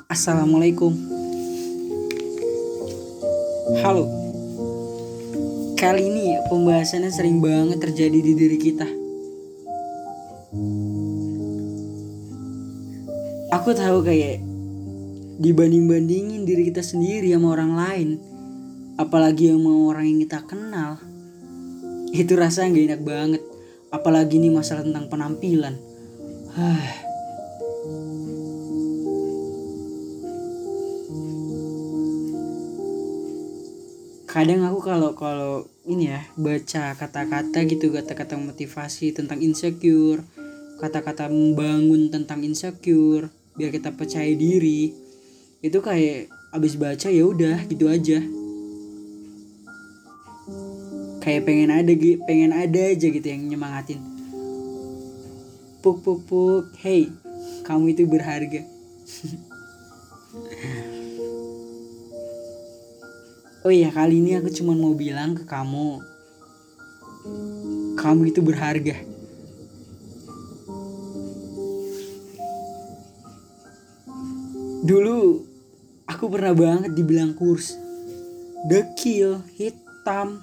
Assalamualaikum. Halo. Kali ini pembahasannya sering banget terjadi di diri kita. Aku tahu kayak dibanding-bandingin diri kita sendiri sama orang lain, apalagi sama orang yang kita kenal, itu rasanya gak enak banget. Apalagi nih masalah tentang penampilan. Kadang aku kalau ini ya baca kata-kata gitu, kata-kata motivasi tentang insecure, kata-kata membangun tentang insecure biar kita percaya diri, itu kayak abis baca ya udah gitu aja, kayak pengen ada aja gitu yang nyemangatin. Puk puk puk, hey, kamu itu berharga. Oh iya, kali ini aku cuma mau bilang ke kamu, kamu itu berharga. Dulu aku pernah banget dibilang kurs, dekil, hitam.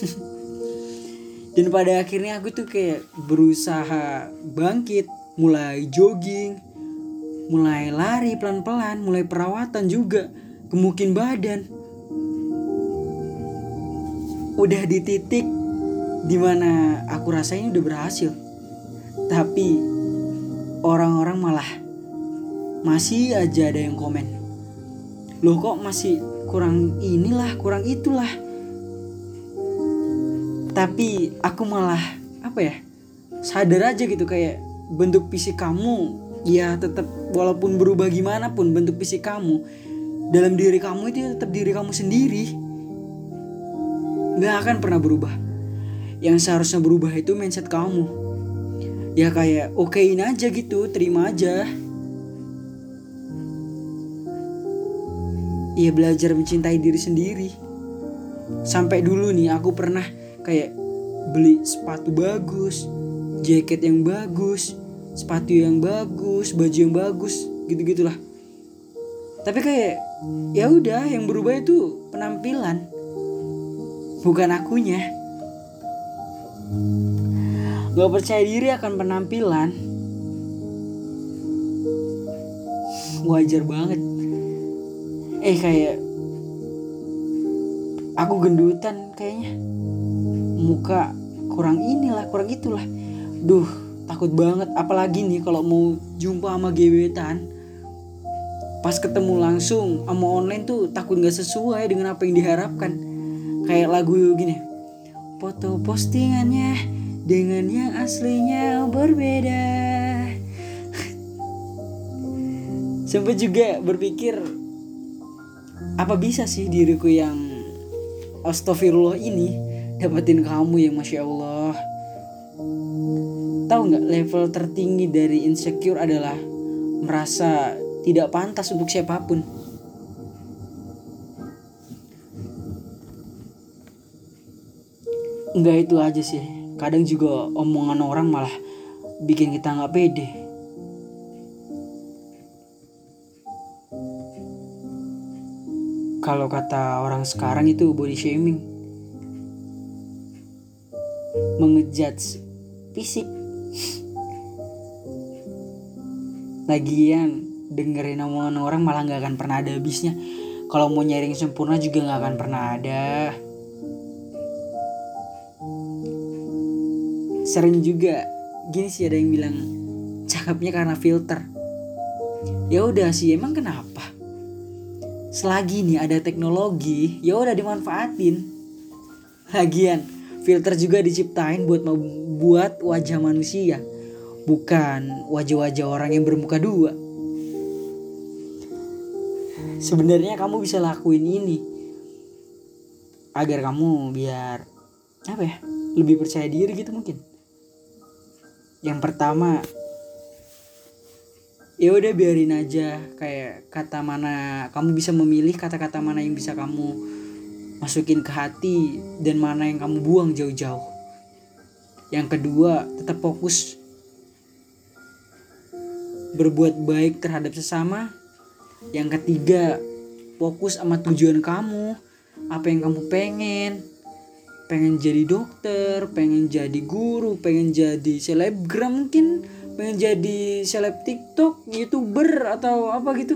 Dan pada akhirnya aku tuh kayak berusaha bangkit, mulai jogging, mulai lari pelan-pelan, mulai perawatan juga, gemukin badan. Udah di titik dimana aku rasain udah berhasil. Tapi orang-orang malah masih aja ada yang komen, loh kok masih kurang inilah, kurang itulah. Tapi aku malah sadar aja gitu, kayak bentuk fisik kamu ya tetap, walaupun berubah gimana pun bentuk fisik kamu, dalam diri kamu itu tetap diri kamu sendiri, nggak akan pernah berubah. Yang seharusnya berubah itu mindset kamu. Ya kayak okein aja gitu, terima aja. Ya belajar mencintai diri sendiri. Sampai dulu nih aku pernah kayak beli sepatu bagus, jaket yang bagus, sepatu yang bagus, baju yang bagus, gitu-gitulah. Tapi kayak ya udah, yang berubah itu penampilan, bukan akunya. Gak percaya diri akan penampilan wajar banget. Kayak aku gendutan kayaknya, muka kurang inilah, kurang itulah. Duh, takut banget. Apalagi nih kalau mau jumpa sama gebetan, pas ketemu langsung sama online tuh takut gak sesuai dengan apa yang diharapkan. Kayak lagu gini, foto postingannya dengan yang aslinya berbeda. Sempat juga berpikir, apa bisa sih diriku yang astagfirullah ini dapetin kamu yang masya Allah. Tahu nggak, level tertinggi dari insecure adalah merasa tidak pantas untuk siapapun. Nggak itu aja sih, kadang juga omongan orang malah bikin kita nggak pede. Kalau kata orang sekarang itu body shaming, mengejudge fisik. Lagian dengerin omongan orang malah gak akan pernah ada habisnya. Kalau mau nyari yang sempurna juga gak akan pernah ada. Sering juga gini sih, ada yang bilang cakepnya karena filter. Ya udah sih, emang kenapa? Selagi nih ada teknologi, ya udah dimanfaatin. Lagian filter juga diciptain buat membuat wajah manusia, bukan wajah-wajah orang yang bermuka dua. Sebenarnya kamu bisa lakuin ini agar kamu biar lebih percaya diri gitu mungkin. Yang pertama, ya udah biarin aja, kayak kata mana kamu bisa memilih, kata-kata mana yang bisa kamu masukin ke hati dan mana yang kamu buang jauh-jauh. Yang kedua, tetap fokus berbuat baik terhadap sesama, Yang ketiga, fokus sama tujuan kamu. Apa yang kamu pengen? Pengen jadi dokter, pengen jadi guru, pengen jadi selebgram mungkin, pengen jadi seleb TikTok, YouTuber atau apa gitu.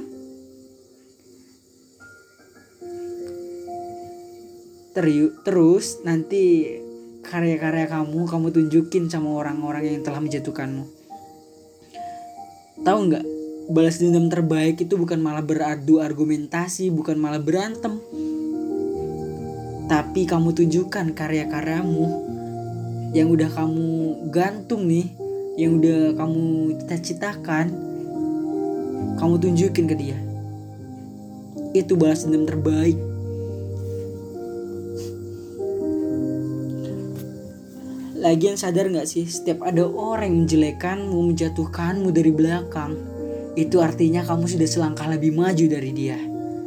Terus nanti karya-karya kamu tunjukin sama orang-orang yang telah menjatuhkanmu. Tahu nggak? Balas dendam terbaik itu bukan malah beradu argumentasi, bukan malah berantem. Tapi kamu tunjukkan karya-karyamu yang udah kamu gantung nih, yang udah kamu cita-citakan, kamu tunjukin ke dia. Itu balas dendam terbaik. Lagian sadar gak sih, setiap ada orang yang menjelekanmu, menjatuhkanmu dari belakang, itu artinya kamu sudah selangkah lebih maju dari dia.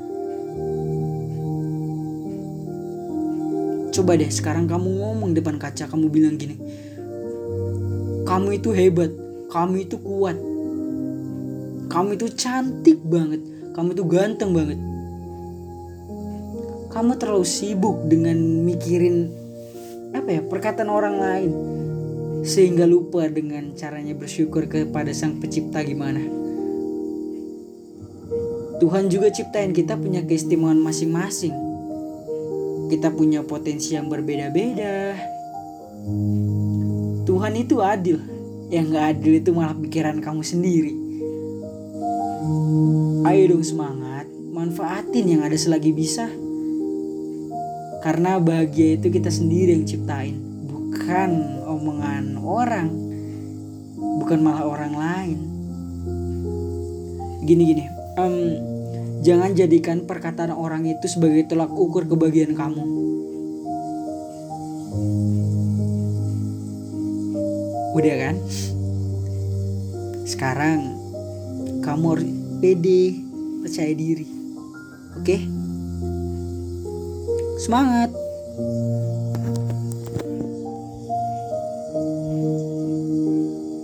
Coba deh sekarang kamu ngomong depan kaca, kamu bilang gini, kamu itu hebat, kamu itu kuat, kamu itu cantik banget, kamu itu ganteng banget. Kamu terlalu sibuk dengan mikirin perkataan orang lain, sehingga lupa dengan caranya bersyukur kepada Sang Pencipta gimana. Tuhan juga ciptain kita punya keistimewaan masing-masing. Kita punya potensi yang berbeda-beda. Tuhan itu adil. Yang gak adil itu malah pikiran kamu sendiri. Ayo dong semangat, manfaatin yang ada selagi bisa. Karena bahagia itu kita sendiri yang ciptain, bukan omongan orang, bukan malah orang lain. Gini, jangan jadikan perkataan orang itu sebagai tolak ukur kebahagiaan kamu. Udah kan? Sekarang kamu harus pede, percaya diri. Oke? Semangat!